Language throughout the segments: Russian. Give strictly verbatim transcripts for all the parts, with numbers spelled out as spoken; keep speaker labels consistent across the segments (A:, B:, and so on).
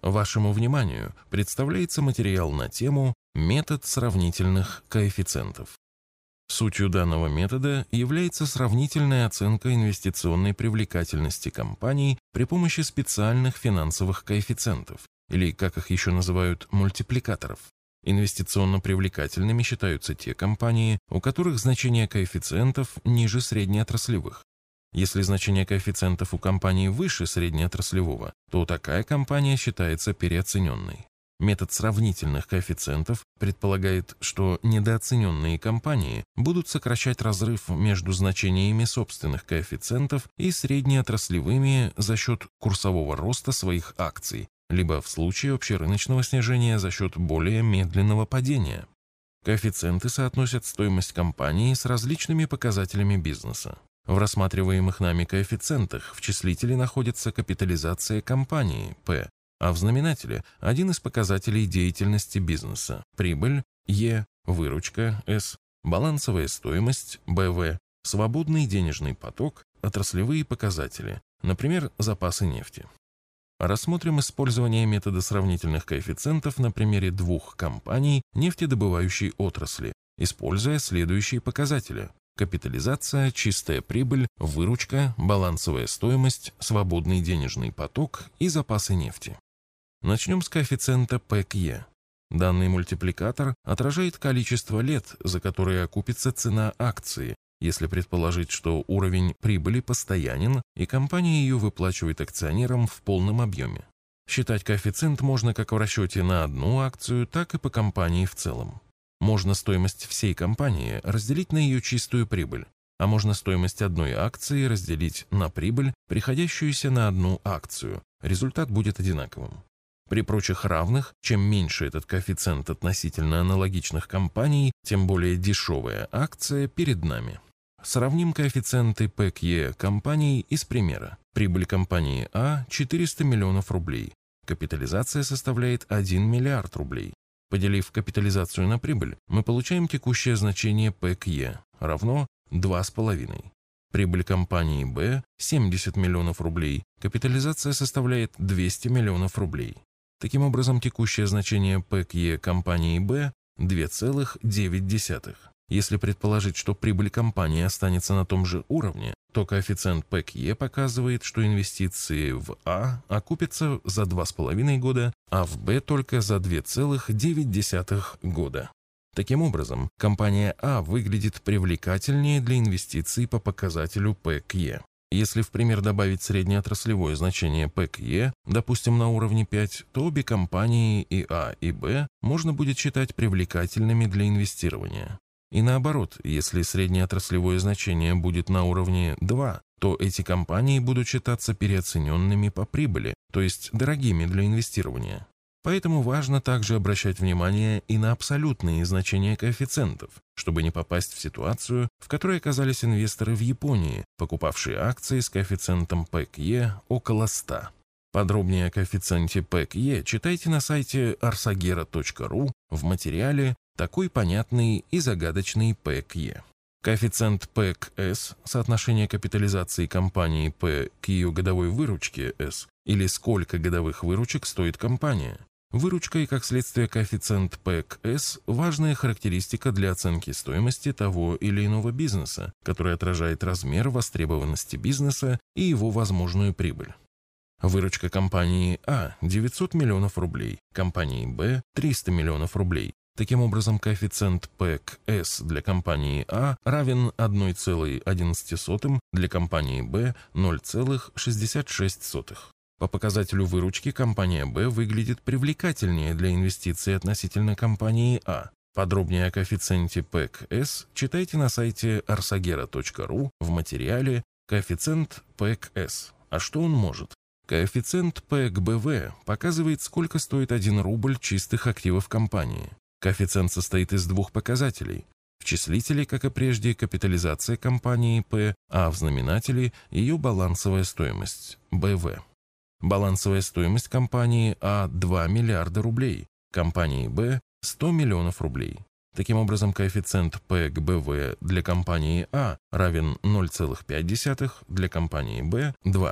A: Вашему вниманию представляется материал на тему «Метод сравнительных коэффициентов». Сутью данного метода является сравнительная оценка инвестиционной привлекательности компаний при помощи специальных финансовых коэффициентов, или, как их еще называют, мультипликаторов. Инвестиционно привлекательными считаются те компании, у которых значение коэффициентов ниже среднеотраслевых. Если значение коэффициентов у компании выше среднеотраслевого, то такая компания считается переоцененной. Метод сравнительных коэффициентов предполагает, что недооцененные компании будут сокращать разрыв между значениями собственных коэффициентов и среднеотраслевыми за счет курсового роста своих акций, либо в случае общерыночного снижения за счет более медленного падения. Коэффициенты соотносят стоимость компании с различными показателями бизнеса. В рассматриваемых нами коэффициентах в числителе находится капитализация компании P, а в знаменателе один из показателей деятельности бизнеса – прибыль E, выручка S, балансовая стоимость бэ вэ, свободный денежный поток, отраслевые показатели, например, запасы нефти. Рассмотрим использование метода сравнительных коэффициентов на примере двух компаний нефтедобывающей отрасли, используя следующие показатели: капитализация, чистая прибыль, выручка, балансовая стоимость, свободный денежный поток и запасы нефти. Начнем с коэффициента P к E. Данный мультипликатор отражает количество лет, за которые окупится цена акции, если предположить, что уровень прибыли постоянен и компания ее выплачивает акционерам в полном объеме. Считать коэффициент можно как в расчете на одну акцию, так и по компании в целом. Можно стоимость всей компании разделить на ее чистую прибыль, а можно стоимость одной акции разделить на прибыль, приходящуюся на одну акцию. Результат будет одинаковым. При прочих равных, чем меньше этот коэффициент относительно аналогичных компаний, тем более дешевая акция перед нами. Сравним коэффициенты P к E компаний из примера. Прибыль компании А – четыреста миллионов рублей. Капитализация составляет один миллиард рублей. Поделив капитализацию на прибыль, мы получаем текущее значение P к E равно два с половиной. Прибыль компании Б – семьдесят миллионов рублей. Капитализация составляет двести миллионов рублей. Таким образом, текущее значение P к E компании Б – два целых девять десятых. Если предположить, что прибыль компании останется на том же уровне, то коэффициент P к E показывает, что инвестиции в А окупятся за два с половиной года, а в Б только за два целых девять десятых года. Таким образом, компания А выглядит привлекательнее для инвестиций по показателю P к E. Если в пример добавить среднеотраслевое значение P к E, допустим, на уровне пять, то обе компании и А, и Б можно будет считать привлекательными для инвестирования. И наоборот, если среднеотраслевое значение будет на уровне два, то эти компании будут считаться переоцененными по прибыли, то есть дорогими для инвестирования. Поэтому важно также обращать внимание и на абсолютные значения коэффициентов, чтобы не попасть в ситуацию, в которой оказались инвесторы в Японии, покупавшие акции с коэффициентом P к E около ста. Подробнее о коэффициенте P к E читайте на сайте арсагера точка ру в материале «Такой понятный и загадочный P к E». Коэффициент P к S, соотношение капитализации компании P к ее годовой выручке S, или сколько годовых выручек стоит компания. Выручка и, как следствие, коэффициент P к S – важная характеристика для оценки стоимости того или иного бизнеса, который отражает размер востребованности бизнеса и его возможную прибыль. Выручка компании А – девятьсот миллионов рублей, компании Б – триста миллионов рублей. Таким образом, коэффициент P к S для компании А равен одной целой одиннадцати сотым, для компании Б – ноль целых шестьдесят шесть сотых. По показателю выручки компания Б выглядит привлекательнее для инвестиций относительно компании А. Подробнее о коэффициенте P к S читайте на сайте арсагера точка ру в материале «Коэффициент P к S». А что он может? Коэффициент P к бэ вэ показывает, сколько стоит один рубль чистых активов компании. Коэффициент состоит из двух показателей. В числителе, как и прежде, капитализация компании P, а в знаменателе ее балансовая стоимость – бэ вэ. Балансовая стоимость компании А – два миллиарда рублей, компании Б – сто миллионов рублей. Таким образом, коэффициент P к бэ вэ для компании А равен ноль целых пять десятых, для компании Б – два.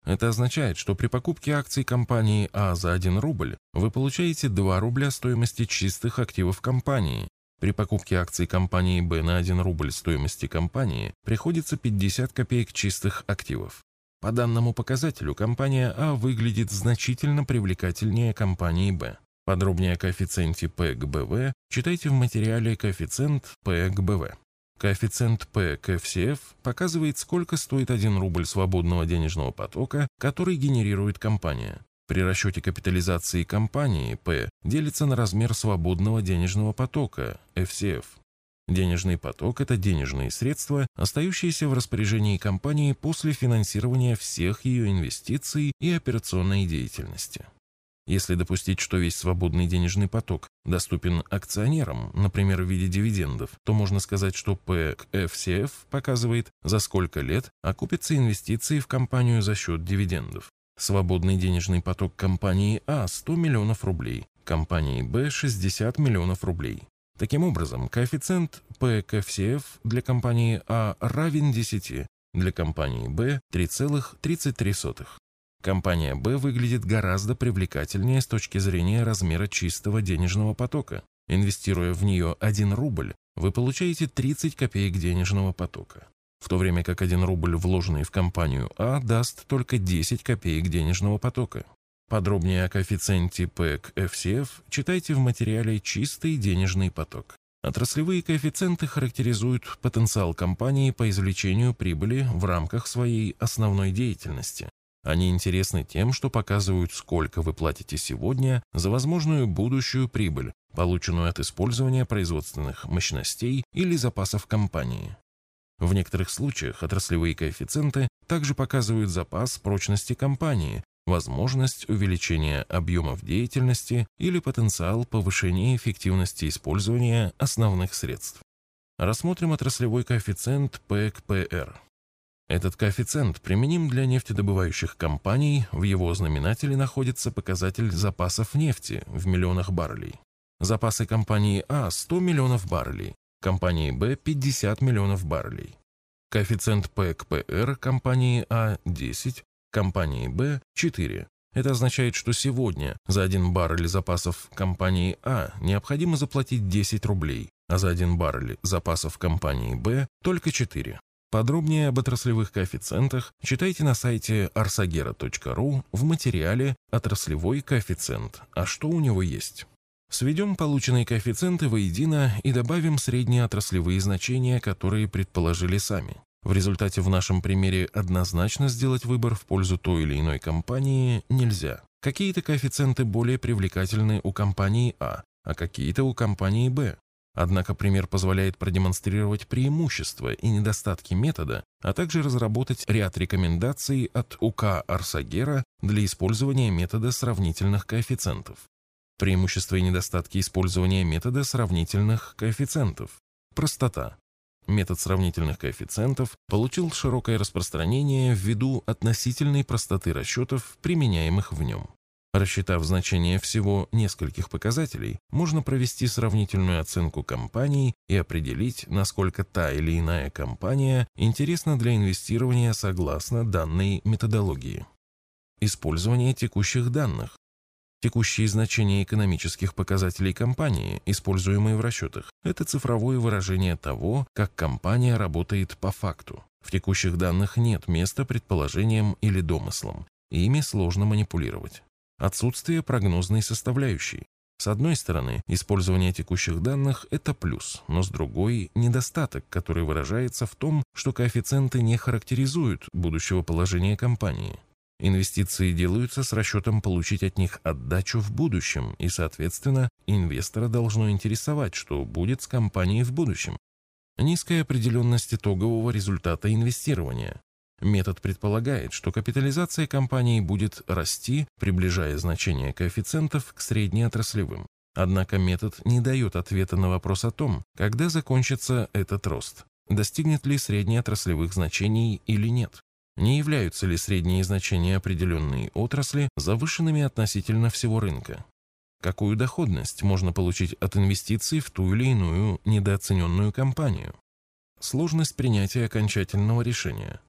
A: Это означает, что при покупке акций компании А за один рубль вы получаете два рубля стоимости чистых активов компании. При покупке акций компании Б на один рубль стоимости компании приходится пятьдесят копеек чистых активов. По данному показателю компания А выглядит значительно привлекательнее компании Б. Подробнее о коэффициенте P к бэ вэ читайте в материале «Коэффициент P к бэ вэ». Коэффициент P к эф си эф показывает, сколько стоит один рубль свободного денежного потока, который генерирует компания. При расчете капитализации компании P делится на размер свободного денежного потока эф си эф. Денежный поток – это денежные средства, остающиеся в распоряжении компании после финансирования всех ее инвестиций и операционной деятельности. Если допустить, что весь свободный денежный поток доступен акционерам, например, в виде дивидендов, то можно сказать, что P к эф си эф показывает, за сколько лет окупятся инвестиции в компанию за счет дивидендов. Свободный денежный поток компании А – сто миллионов рублей, компании Б – шестьдесят миллионов рублей. Таким образом, коэффициент P к эф си эф для компании А равен десяти, для компании Б – три целых тридцать три сотых. Компания Б выглядит гораздо привлекательнее с точки зрения размера чистого денежного потока. Инвестируя в нее один рубль, вы получаете тридцать копеек денежного потока, в то время как один рубль, вложенный в компанию А, даст только десять копеек денежного потока. Подробнее о коэффициенте P к эф си эф читайте в материале «Чистый денежный поток». Отраслевые коэффициенты характеризуют потенциал компании по извлечению прибыли в рамках своей основной деятельности. Они интересны тем, что показывают, сколько вы платите сегодня за возможную будущую прибыль, полученную от использования производственных мощностей или запасов компании. В некоторых случаях отраслевые коэффициенты также показывают запас прочности компании, возможность увеличения объемов деятельности или потенциал повышения эффективности использования основных средств. Рассмотрим отраслевой коэффициент P к пэ эр. Этот коэффициент применим для нефтедобывающих компаний, в его знаменателе находится показатель запасов нефти в миллионах баррелей. Запасы компании А – сто миллионов баррелей, компании Б – пятьдесят миллионов баррелей. Коэффициент P к пэ эр компании А – десять, компании Б – четыре. Это означает, что сегодня за один баррель запасов компании А необходимо заплатить десять рублей, а за один баррель запасов компании Б – только четыре. Подробнее об отраслевых коэффициентах читайте на сайте арсагера точка ру в материале «Отраслевой коэффициент. А что у него есть?». Сведем полученные коэффициенты воедино и добавим средние отраслевые значения, которые предположили сами. В результате в нашем примере однозначно сделать выбор в пользу той или иной компании нельзя. Какие-то коэффициенты более привлекательны у компании А, а какие-то у компании Б. Однако пример позволяет продемонстрировать преимущества и недостатки метода, а также разработать ряд рекомендаций от УК Арсагера для использования метода сравнительных коэффициентов. Преимущества и недостатки использования метода сравнительных коэффициентов. Простота. Метод сравнительных коэффициентов получил широкое распространение ввиду относительной простоты расчетов, применяемых в нем. Рассчитав значение всего нескольких показателей, можно провести сравнительную оценку компаний и определить, насколько та или иная компания интересна для инвестирования согласно данной методологии. Использование текущих данных. Текущие значения экономических показателей компании, используемые в расчетах, это цифровое выражение того, как компания работает по факту. В текущих данных нет места предположениям или домыслам, и ими сложно манипулировать. Отсутствие прогнозной составляющей. С одной стороны, использование текущих данных – это плюс, но с другой – недостаток, который выражается в том, что коэффициенты не характеризуют будущего положения компании. Инвестиции делаются с расчетом получить от них отдачу в будущем, и, соответственно, инвестора должно интересовать, что будет с компанией в будущем. Низкая определенность итогового результата инвестирования. Метод предполагает, что капитализация компании будет расти, приближая значение коэффициентов к среднеотраслевым. Однако метод не дает ответа на вопрос о том, когда закончится этот рост, достигнет ли среднеотраслевых значений или нет. Не являются ли средние значения определенной отрасли завышенными относительно всего рынка? Какую доходность можно получить от инвестиций в ту или иную недооцененную компанию? Сложность принятия окончательного решения.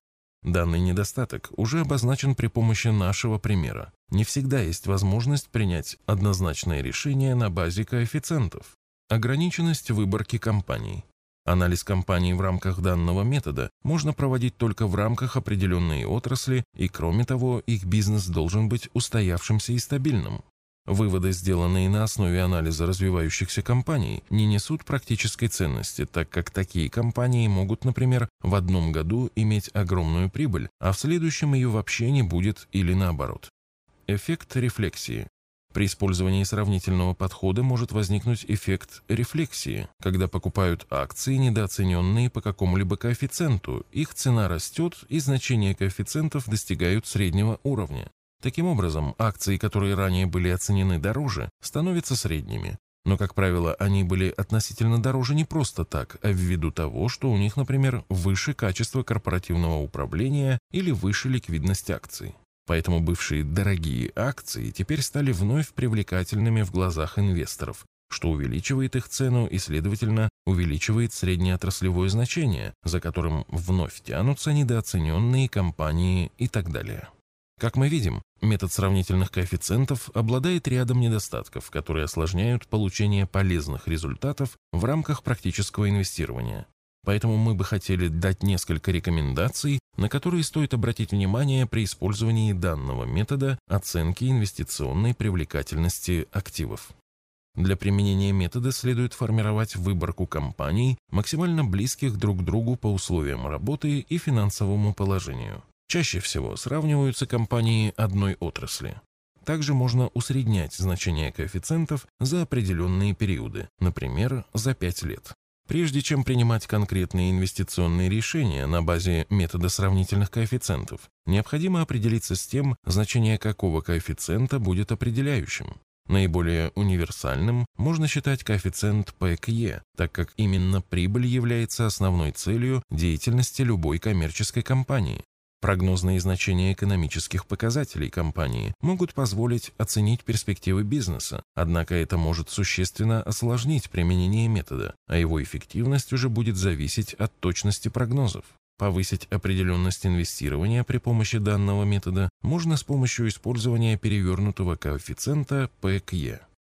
A: Данный недостаток уже обозначен при помощи нашего примера. Не всегда есть возможность принять однозначное решение на базе коэффициентов. Ограниченность выборки компаний. Анализ компаний в рамках данного метода можно проводить только в рамках определенной отрасли, и кроме того, их бизнес должен быть устоявшимся и стабильным. Выводы, сделанные на основе анализа развивающихся компаний, не несут практической ценности, так как такие компании могут, например, в одном году иметь огромную прибыль, а в следующем ее вообще не будет или наоборот. Эффект рефлексии. При использовании сравнительного подхода может возникнуть эффект рефлексии, когда покупают акции, недооцененные по какому-либо коэффициенту, их цена растет и значения коэффициентов достигают среднего уровня. Таким образом, акции, которые ранее были оценены дороже, становятся средними. Но, как правило, они были относительно дороже не просто так, а ввиду того, что у них, например, выше качество корпоративного управления или выше ликвидность акций. Поэтому бывшие дорогие акции теперь стали вновь привлекательными в глазах инвесторов, что увеличивает их цену и, следовательно, увеличивает среднеотраслевое значение, за которым вновь тянутся недооцененные компании и так далее. Как мы видим, метод сравнительных коэффициентов обладает рядом недостатков, которые осложняют получение полезных результатов в рамках практического инвестирования. Поэтому мы бы хотели дать несколько рекомендаций, на которые стоит обратить внимание при использовании данного метода оценки инвестиционной привлекательности активов. Для применения метода следует формировать выборку компаний, максимально близких друг к другу по условиям работы и финансовому положению. Чаще всего сравниваются компании одной отрасли. Также можно усреднять значение коэффициентов за определенные периоды, например, за пять лет. Прежде чем принимать конкретные инвестиционные решения на базе метода сравнительных коэффициентов, необходимо определиться с тем, значение какого коэффициента будет определяющим. Наиболее универсальным можно считать коэффициент P к E, так как именно прибыль является основной целью деятельности любой коммерческой компании. Прогнозные значения экономических показателей компании могут позволить оценить перспективы бизнеса, однако это может существенно осложнить применение метода, а его эффективность уже будет зависеть от точности прогнозов. Повысить определенность инвестирования при помощи данного метода можно с помощью использования перевернутого коэффициента P к E.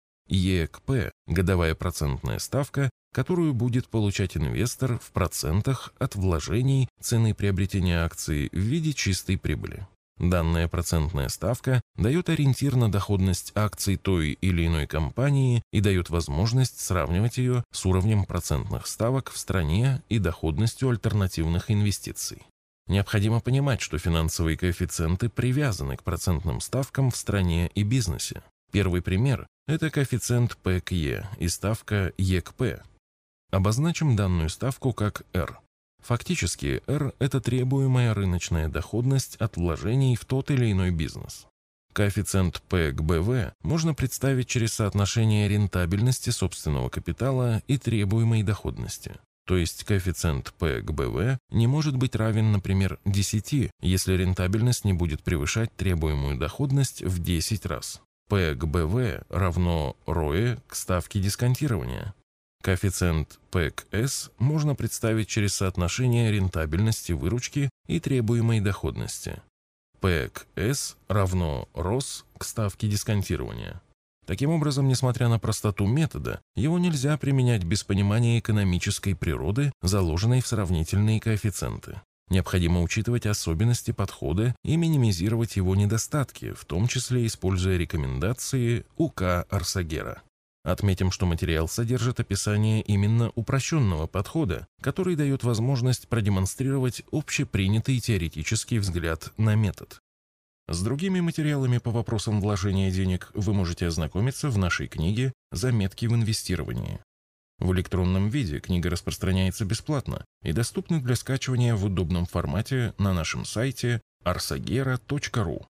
A: E к P – годовая процентная ставка, которую будет получать инвестор в процентах от вложений цены приобретения акций в виде чистой прибыли. Данная процентная ставка дает ориентир на доходность акций той или иной компании и дает возможность сравнивать ее с уровнем процентных ставок в стране и доходностью альтернативных инвестиций. Необходимо понимать, что финансовые коэффициенты привязаны к процентным ставкам в стране и бизнесе. Первый пример – это коэффициент P к E и ставка E к P. Обозначим данную ставку как R. Фактически, R – это требуемая рыночная доходность от вложений в тот или иной бизнес. Коэффициент P к B V можно представить через соотношение рентабельности собственного капитала и требуемой доходности. То есть коэффициент P к B V не может быть равен, например, десяти, если рентабельность не будет превышать требуемую доходность в десять раз. P к B V равно R O E к ставке дисконтирования. Коэффициент P к S можно представить через соотношение рентабельности выручки и требуемой доходности. P к S равно R O S к ставке дисконтирования. Таким образом, несмотря на простоту метода, его нельзя применять без понимания экономической природы, заложенной в сравнительные коэффициенты. Необходимо учитывать особенности подхода и минимизировать его недостатки, в том числе используя рекомендации У К Арсагера. Отметим, что материал содержит описание именно упрощенного подхода, который дает возможность продемонстрировать общепринятый теоретический взгляд на метод. С другими материалами по вопросам вложения денег вы можете ознакомиться в нашей книге «Заметки в инвестировании». В электронном виде книга распространяется бесплатно и доступна для скачивания в удобном формате на нашем сайте arsagera точка ру.